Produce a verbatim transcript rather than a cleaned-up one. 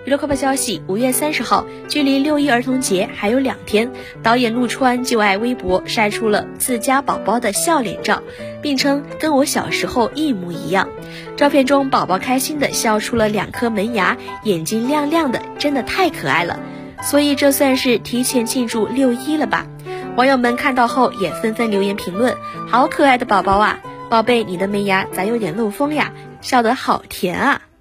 娱乐快报消息，五月三十号，距离六一儿童节还有两天，导演陆川就爱微博晒出了自家宝宝的笑脸照，并称跟我小时候一模一样。照片中，宝宝开心的笑出了两颗门牙，眼睛亮亮的，真的太可爱了。所以这算是提前庆祝六一了吧？网友们看到后也纷纷留言评论：好可爱的宝宝啊！宝贝，你的门牙咋有点漏风呀？笑得好甜啊！